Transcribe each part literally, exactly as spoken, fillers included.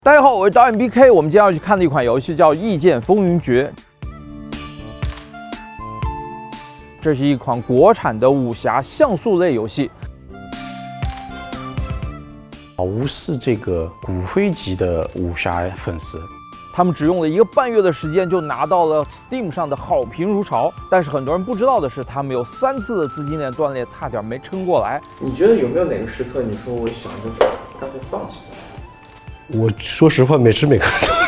大家好，我是导演 B K。我们今天要去看的一款游戏叫《异剑风云决》，这是一款国产的武侠像素类游戏。 好无是这个骨灰级的武侠粉丝， 他们只用了一个半月的时间就拿到了 Steam 上的好评如潮。但是很多人不知道的是，他们有三次的资金链断裂，差点没撑过来。 你觉得有没有哪个时刻，你说我想着干脆放弃？ 我说实话，每时每刻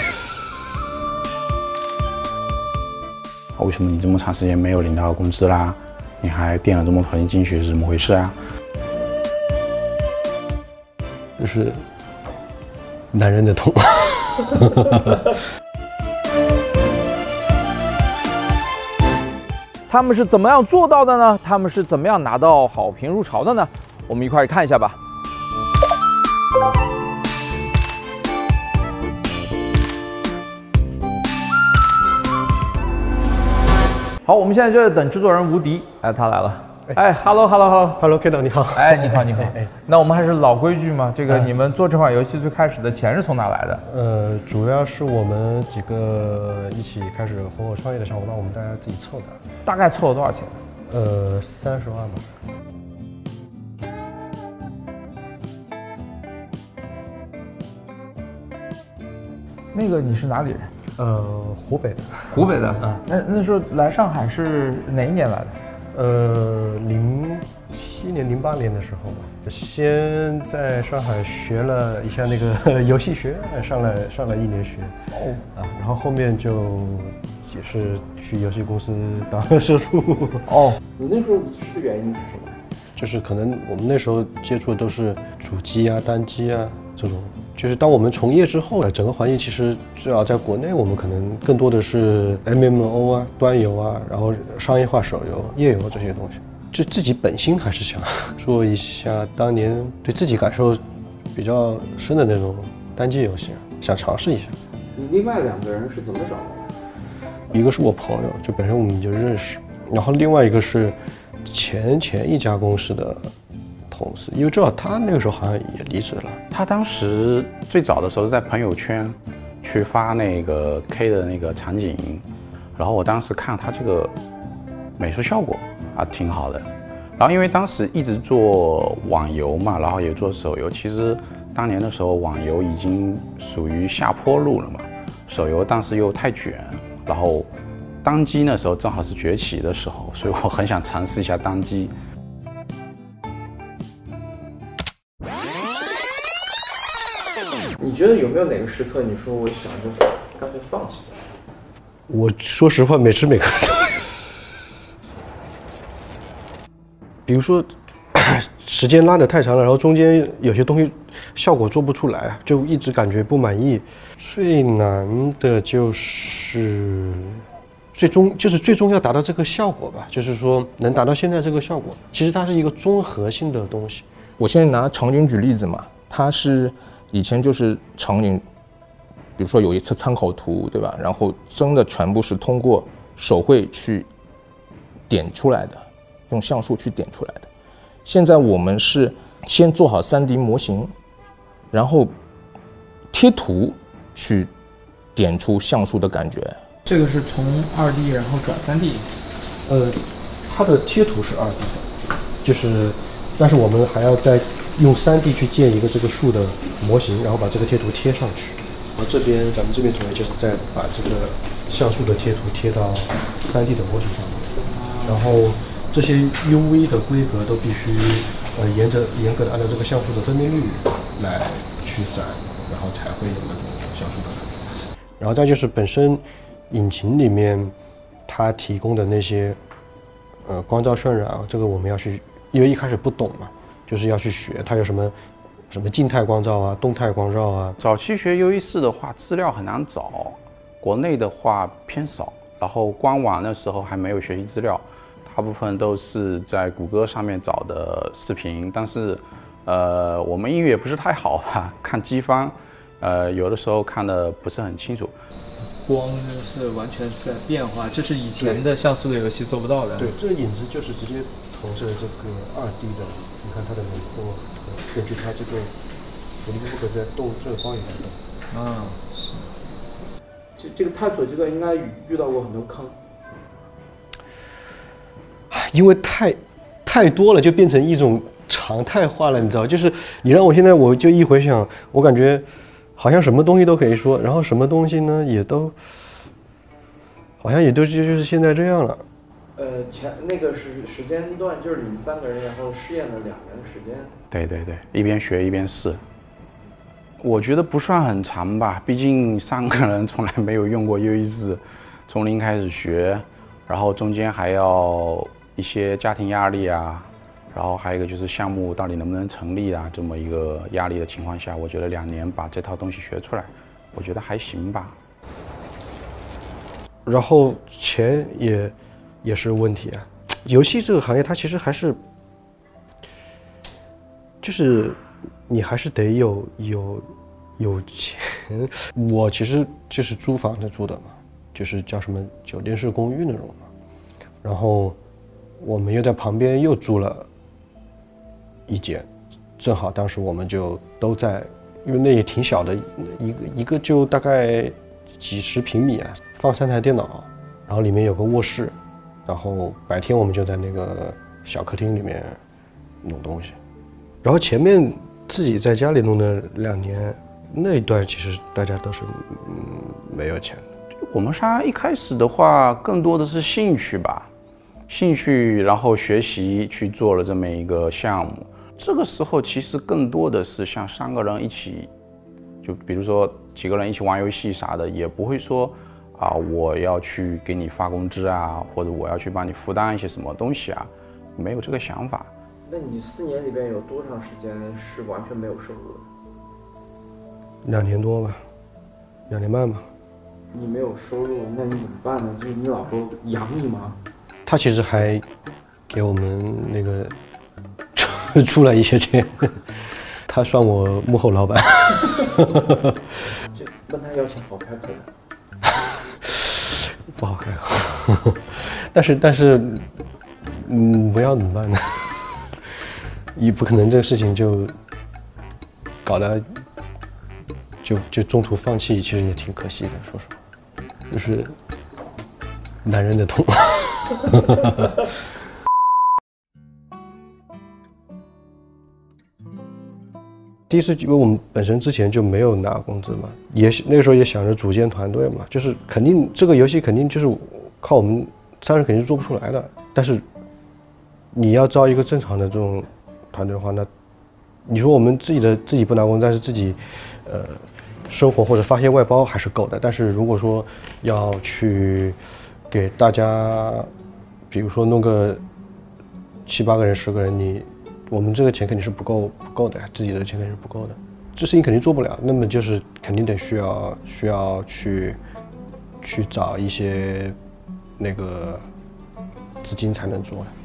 都。为什么你这么长时间没有领到工资啦？你还垫了这么多钱进去，是怎么回事啊？ 就是男人的痛。 他们是怎么样做到的呢？他们是怎么样拿到好评如潮的呢？我们一块看一下吧。好，我们现在就在等制作人吴迪，哎，他来了。哎 ，Hello Hello Hello Hello K 导你好。 哎，你好你好。哎，那我们还是老规矩嘛，这个你们做这款游戏最开始的钱是从哪来的？ 呃，主要是我们几个一起开始合伙创业的小伙伴，我们大家自己凑的。 大概凑了多少钱？ 呃，三十万吧。 那个你是哪里人？ 呃，湖北的。 湖北的啊。那那时候来上海是哪一年来的？ 呃，零七年、零八年的时候吧。先在上海学了一下那个游戏学院，上了上了一年学。哦。啊，然后后面就也是去游戏公司当社畜。 哦。你那时候是原因是什么？ 就是可能我们那时候接触的都是主机啊、单机啊这种。就是当我们从业之后，整个环境其实至少在国内，我们可能更多的是 M M O 啊、端游啊，然后商业化手游、页游这些东西。就自己本心还是想做一下当年对自己感受比较深的那种单机游戏，想尝试一下。 你另外两个人是怎么找的？ 一个是我朋友，就本身我们就认识，然后另外一个是前前一家公司的同事，因为正好他那个时候好像也离职了。 他当时最早的时候是在朋友圈去发那个 K 的那个场景，然后我当时看他这个美术效果啊挺好的，然后因为当时一直做网游嘛，然后也做手游，其实当年的时候网游已经属于下坡路了嘛，手游当时又太卷，然后单机那时候正好是崛起的时候，所以我很想尝试一下单机。 你觉得有没有哪个时刻，你说我想着干脆放弃？ 我说实话，每时每刻都。比如说，时间拉得太长了，然后中间有些东西效果做不出来，就一直感觉不满意。最难的就是最终就是最终要达到这个效果吧，就是说能达到现在这个效果，其实它是一个综合性的东西。 我现在拿场景举例子嘛，它是以前就是场景，比如说有一次参考图，对吧？然后真的全部是通过手绘去点出来的，用像素去点出来的。现在我们是先做好 三 D 模型，然后贴图去点出像素的感觉。 这个是从二 D 然后转三 D。 呃，它的贴图是二 D 的，就是，但是我们还要再用 三 D 去建一个这个树的模型，然后把这个贴图贴上去。然后这边咱们这边主要就是再把这个像素的贴图贴到 三 D 的模型上面，然后这些 U V 的规格都必须呃沿着严格的按照这个像素的分辨率来去展，然后才会有那种像素的感觉。然后再就是本身引擎里面它提供的那些呃光照渲染啊，这个我们要去，因为一开始不懂嘛，就是要去学它有什么什么静态光照啊、动态光照啊。 早期学 U E 四的话，资料很难找，国内的话偏少，然后官网那时候还没有学习资料，大部分都是在谷歌上面找的视频，但是呃我们英语也不是太好吧，看机翻，呃有的时候看的不是很清楚。 光是完全是在变化，这是以前的像素的游戏做不到的。 对，这个影子就是直接投射这个二 D 的，你看它的轮廓，根据它这个福利不可在动，这个光也在动。 啊，是。 这这个探索阶段应该遇遇到过很多坑。 因为太太多了，就变成一种常态化了，你知道？就是你让我现在我就一回想，我感觉好像什么东西都可以说，然后什么东西呢也都好像也都就就是现在这样了。 呃，前那个时时间段就是你们三个人，然后试验了两年的时间。 对对对，一边学一边试。我觉得不算很长吧，毕竟三个人从来没有用过 U E 四，从零开始学，然后中间还要一些家庭压力啊，然后还有一个就是项目到底能不能成立啊，这么一个压力的情况下，我觉得两年把这套东西学出来，我觉得还行吧。 然后钱也也是问题啊。游戏这个行业它其实还是，就是你还是得有有有钱。我其实就是租房子住的嘛，就是叫什么酒店式公寓那种嘛。然后我们又在旁边又租了一间，正好当时我们就都在，因为那也挺小的，一个一个就大概几十平米啊，放三台电脑，然后里面有个卧室，然后白天我们就在那个小客厅里面弄东西，然后前面自己在家里弄的两年，那一段其实大家都是嗯没有钱的。 我们仨一开始的话，更多的是兴趣吧。兴趣，然后学习去做了这么一个项目。这个时候其实更多的是像三个人一起，就比如说几个人一起玩游戏啥的，也不会说啊我要去给你发工资啊，或者我要去帮你负担一些什么东西啊，没有这个想法。 那你四年里边有多长时间是完全没有收入的？ 两年多吧，两年半吧。 你没有收入，那你怎么办呢？就是你老婆养你吗？ 他其实还给我们那个出出了一些钱，他算我幕后老板。 这问他要钱好开口吗？ 不好开口，但是但是，嗯，不要怎么办呢？也不可能这个事情就搞得就就中途放弃，其实也挺可惜的，说实话，就是男人的痛。第一次，因为我们本身之前就没有拿工资嘛，也那个时候也想着组建团队嘛，就是肯定这个游戏肯定就是靠我们三人肯定是做不出来的。但是你要招一个正常的这种团队的话，那你说我们自己的自己不拿工资，但是自己呃生活或者发些外包还是够的。但是如果说要去给大家，比如说弄个七八个人、十个人，你我们这个钱肯定是不够不够的，自己的钱肯定是不够的，这事情肯定做不了。那么就是肯定得需要需要去去找一些那个资金才能做的。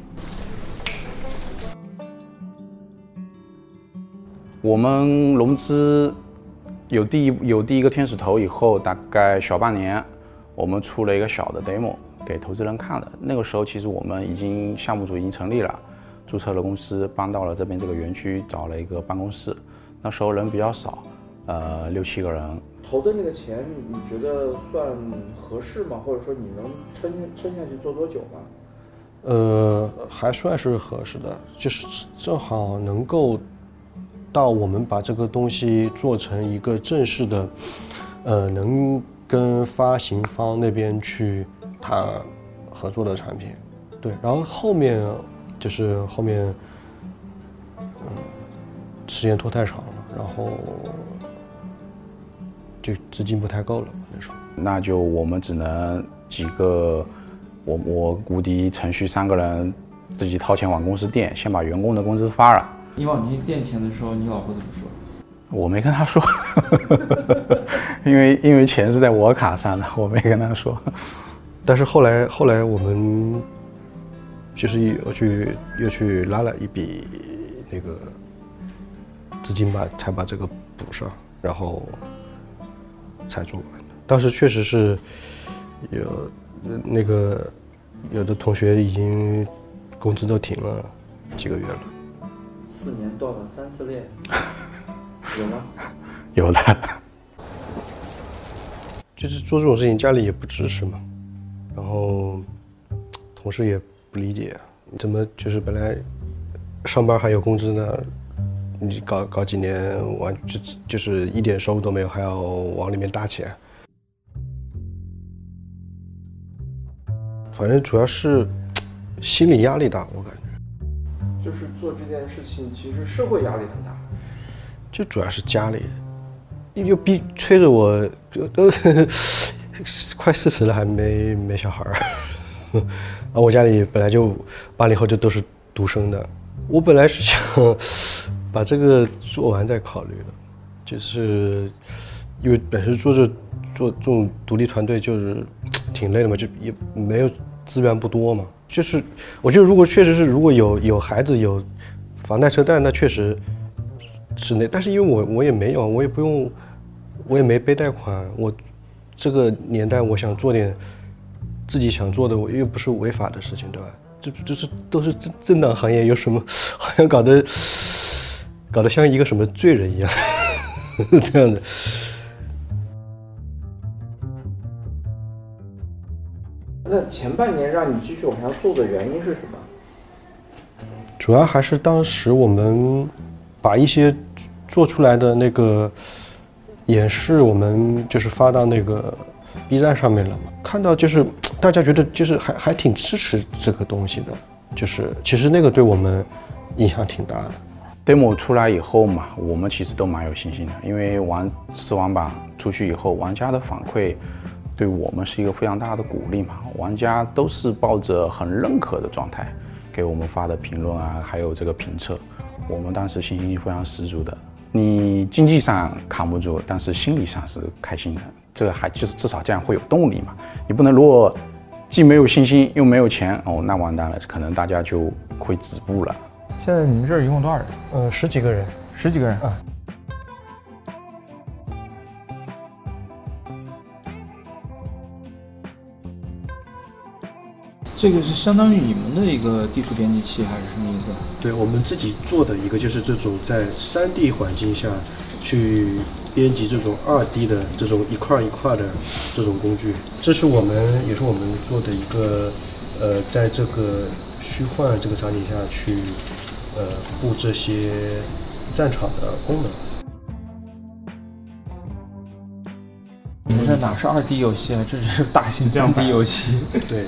我们融资有第一有第一个天使投以后，大概小半年，我们出了一个小的 demo 给投资人看的。那个时候其实我们已经项目组已经成立了，注册了公司，搬到了这边这个园区，找了一个办公室。那时候人比较少，呃，六七个人。 投的那个钱，你觉得算合适吗？或者说你能撑撑下去做多久吗？ 呃，还算是合适的，就是正好能够到我们把这个东西做成一个正式的，呃，能跟发行方那边去谈合作的产品。对，然后后面就是后面，嗯，时间拖太长了，然后就资金不太够了那时候。 那就我们只能几个，我我吴迪、程序三个人自己掏钱往公司垫，先把员工的工资发了。 你往进垫钱的时候，你老婆怎么说？ 我没跟他说，因为因为钱是在我卡上的，我没跟他说。 但是后来后来我们就是又去又去拉了一笔那个资金吧，才把这个补上，然后才做完的。当时确实是有那个有的同学已经工资都停了几个月了。 四年断了三次链，有吗？ 有的。 就是做这种事情家里也不支持嘛，然后同事也不理解，你怎么就是本来上班还有工资呢，你搞搞几年完就就是一点收入都没有，还要往里面搭钱。反正主要是心理压力大，我感觉。 就是做这件事情，其实社会压力很大。 就主要是家里，又逼催着我，都快四十了还没没小孩儿。啊，我家里本来就八零后就都是独生的，我本来是想把这个做完再考虑的，就是因为本身做这做这种独立团队就是挺累的嘛，就也没有资源不多嘛。就是我觉得如果确实是如果有有孩子有房贷车贷，那确实是那，但是因为我我也没有，我也不用，我也没背贷款，我这个年代我想做点自己想做的，我又不是违法的事情，对吧？这这是都是正正当行业，有什么好像搞得搞得像一个什么罪人一样这样的。 那前半年让你继续往下做的原因是什么？ 主要还是当时我们把一些做出来的那个演示，我们就是发到那个 B 站上面了嘛。看到就是大家觉得就是还还挺支持这个东西的，就是其实那个对我们影响挺大的。 demo 出来以后嘛，我们其实都蛮有信心的，因为玩死亡版出去以后，玩家的反馈对我们是一个非常大的鼓励嘛，玩家都是抱着很认可的状态给我们发的评论啊，还有这个评测，我们当时信心非常十足的。你经济上扛不住，但是心理上是开心的，这个还就是至少这样会有动力嘛。你不能如果既没有信心又没有钱哦，那完蛋了，可能大家就会止步了。 现在你们这儿一共多少人？ 呃，十几个人， 十几个人啊。 这个是相当于你们的一个地图编辑器，还是什么意思？ 对，我们自己做的一个就是这种在 三 D 环境下去编辑这种 二 D 的这种一块一块的这种工具，这是我们也是我们做的一个呃，在这个虚幻这个场景下去呃布这些战场的功能。 你们这哪是二 D 游戏啊？这是大型三 D 游戏。 对。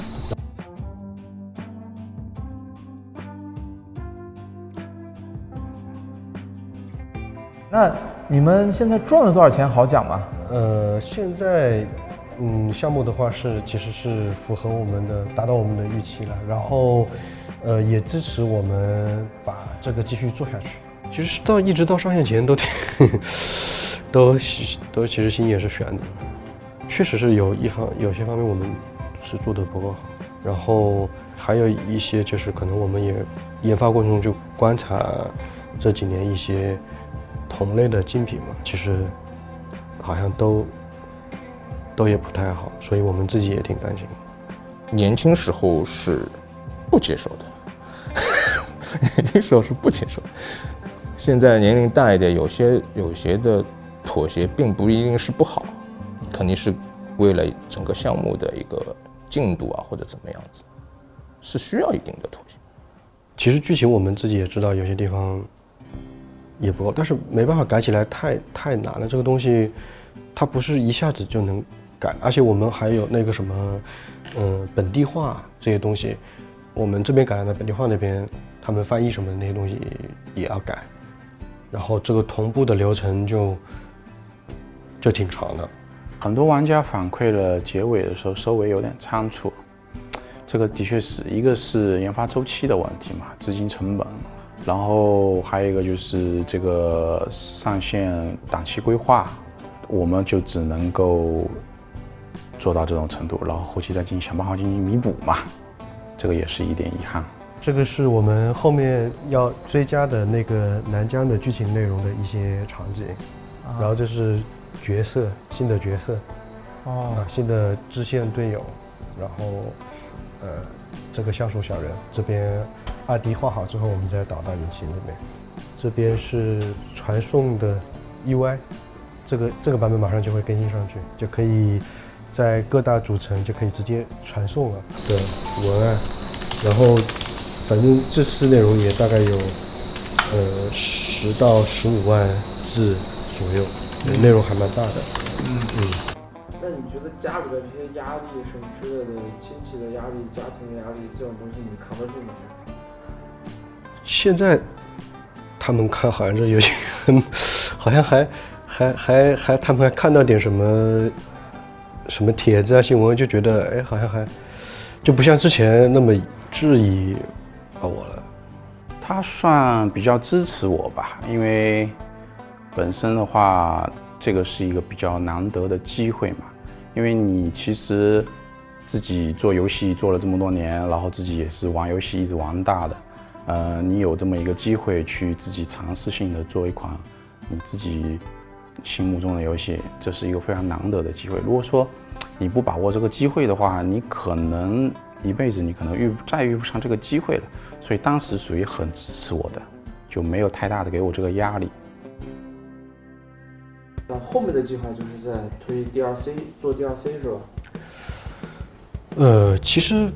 那你们现在赚了多少钱？好讲吗？ 呃，现在，嗯，项目的话是其实是符合我们的，达到我们的预期了，然后，呃，也支持我们把这个继续做下去。其实到一直到上线前都挺，都都其实心也是悬的，确实是有一方有些方面我们是做得不够好，然后还有一些就是可能我们也研发过程中就观察这几年一些同类的竞品嘛，其实好像都都也不太好，所以我们自己也挺担心。 年轻时候是不接受的，年轻时候是不接受的。现在年龄大一点，有些有些的妥协并不一定是不好，肯定是为了整个项目的一个进度啊或者怎么样子，是需要一定的妥协。 其实剧情我们自己也知道有些地方也不够，但是没办法改起来太太难了。这个东西它不是一下子就能改，而且我们还有那个什么，嗯，本地化这些东西，我们这边改了的本地化那边他们翻译什么的那些东西也要改，然后这个同步的流程就就挺长的。 很多玩家反馈了结尾的时候收尾有点仓促，这个的确是一个是研发周期的问题嘛，资金成本。然后还有一个就是这个上线档期规划，我们就只能够做到这种程度，然后后期再进行想办法进行弥补嘛，这个也是一点遗憾。 这个是我们后面要追加的那个南疆的剧情内容的一些场景，啊、然后这是角色新的角色，哦、啊，新的支线队友，然后呃这个橡树小人这边。二 D 画好之后，我们再导到引擎里面。这边是传送的 U I， 这个这个版本马上就会更新上去，就可以在各大主城就可以直接传送了。对，文案，然后反正这次内容也大概有呃十到十五万字左右，嗯、内容还蛮大的。 嗯嗯。那你觉得家里的这些压力什么之类的，亲戚的压力、家庭的压力这种东西，你扛得住吗？ 现在他们看好像这游戏很，好像还还还还他们还看到点什么什么帖子啊新闻，就觉得哎好像还就不像之前那么质疑啊我了。 他算比较支持我吧，因为本身的话，这个是一个比较难得的机会嘛。因为你其实自己做游戏做了这么多年，然后自己也是玩游戏一直玩大的。呃，你有这么一个机会去自己尝试性的做一款你自己心目中的游戏，这是一个非常难得的机会。如果说你不把握这个机会的话，你可能一辈子你可能遇再遇不上这个机会了。所以当时属于很支持我的，就没有太大的给我这个压力。 那后面的计划就是在推 D L C， 做 D L C 是吧？ 呃，其实。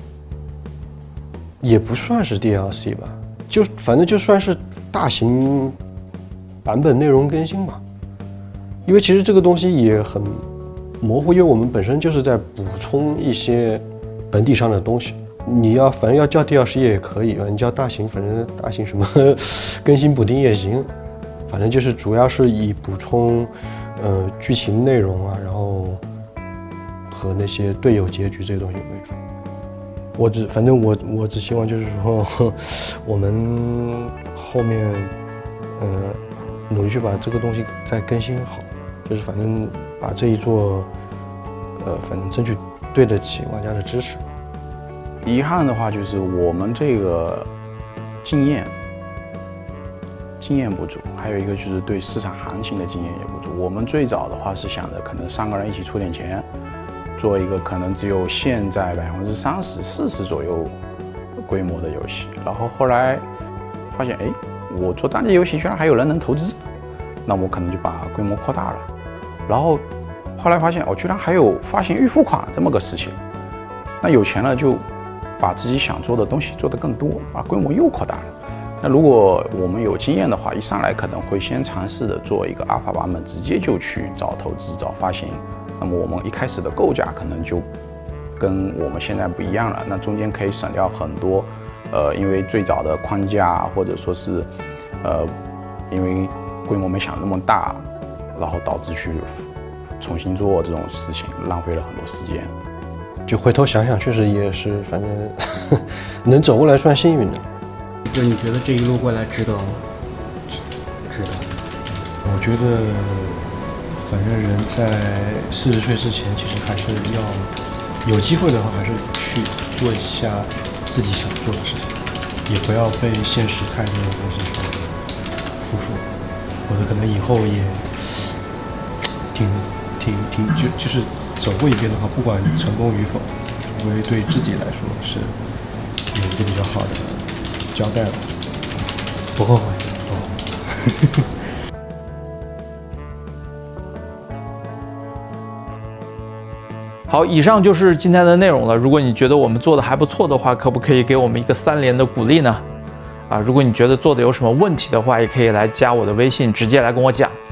也不算是 D L C 吧，就反正就算是大型版本内容更新吧。因为其实这个东西也很模糊，因为我们本身就是在补充一些本地上的东西。你要反正要叫 D L C 也可以，你叫大型，反正大型什么更新补丁也行。反正就是主要是以补充呃剧情内容啊，然后和那些队友结局这些东西为主。我只反正我我只希望就是说，我们后面呃努力去把这个东西再更新好，就是反正把这一座呃反正争取对得起玩家的支持。 遗憾的话就是我们这个经验经验不足，还有一个就是对市场行情的经验也不足。我们最早的话是想着可能三个人一起出点钱。做一个可能只有现在百分之三十、四十左右规模的游戏，然后后来发现，哎，我做单机游戏居然还有人能投资，那我可能就把规模扩大了。然后后来发现，哦，居然还有发行预付款这么个事情，那有钱了就把自己想做的东西做得更多，把规模又扩大了。那如果我们有经验的话，一上来可能会先尝试的做一个阿尔法版本，直接就去找投资、找发行。那么我们一开始的构架可能就跟我们现在不一样了，那中间可以省掉很多，呃，因为最早的框架或者说是，呃，因为规模没想那么大，然后导致去重新做这种事情，浪费了很多时间。 就回头想想，确实也是，反正呵呵能走过来算幸运的。 就你觉得这一路过来值得吗？值值得。 我觉得。反正人在四十岁之前，其实还是要有机会的话，还是去做一下自己想做的事情，也不要被现实太多的东西所缚束，或者可能以后也挺挺挺就就是走过一遍的话，不管成功与否，总归对自己来说是有一个比较好的交代了。 不后悔哦。 好，以上就是今天的内容了。如果你觉得我们做的还不错的话，可不可以给我们一个三连的鼓励呢？啊，如果你觉得做的有什么问题的话，也可以来加我的微信，直接来跟我讲。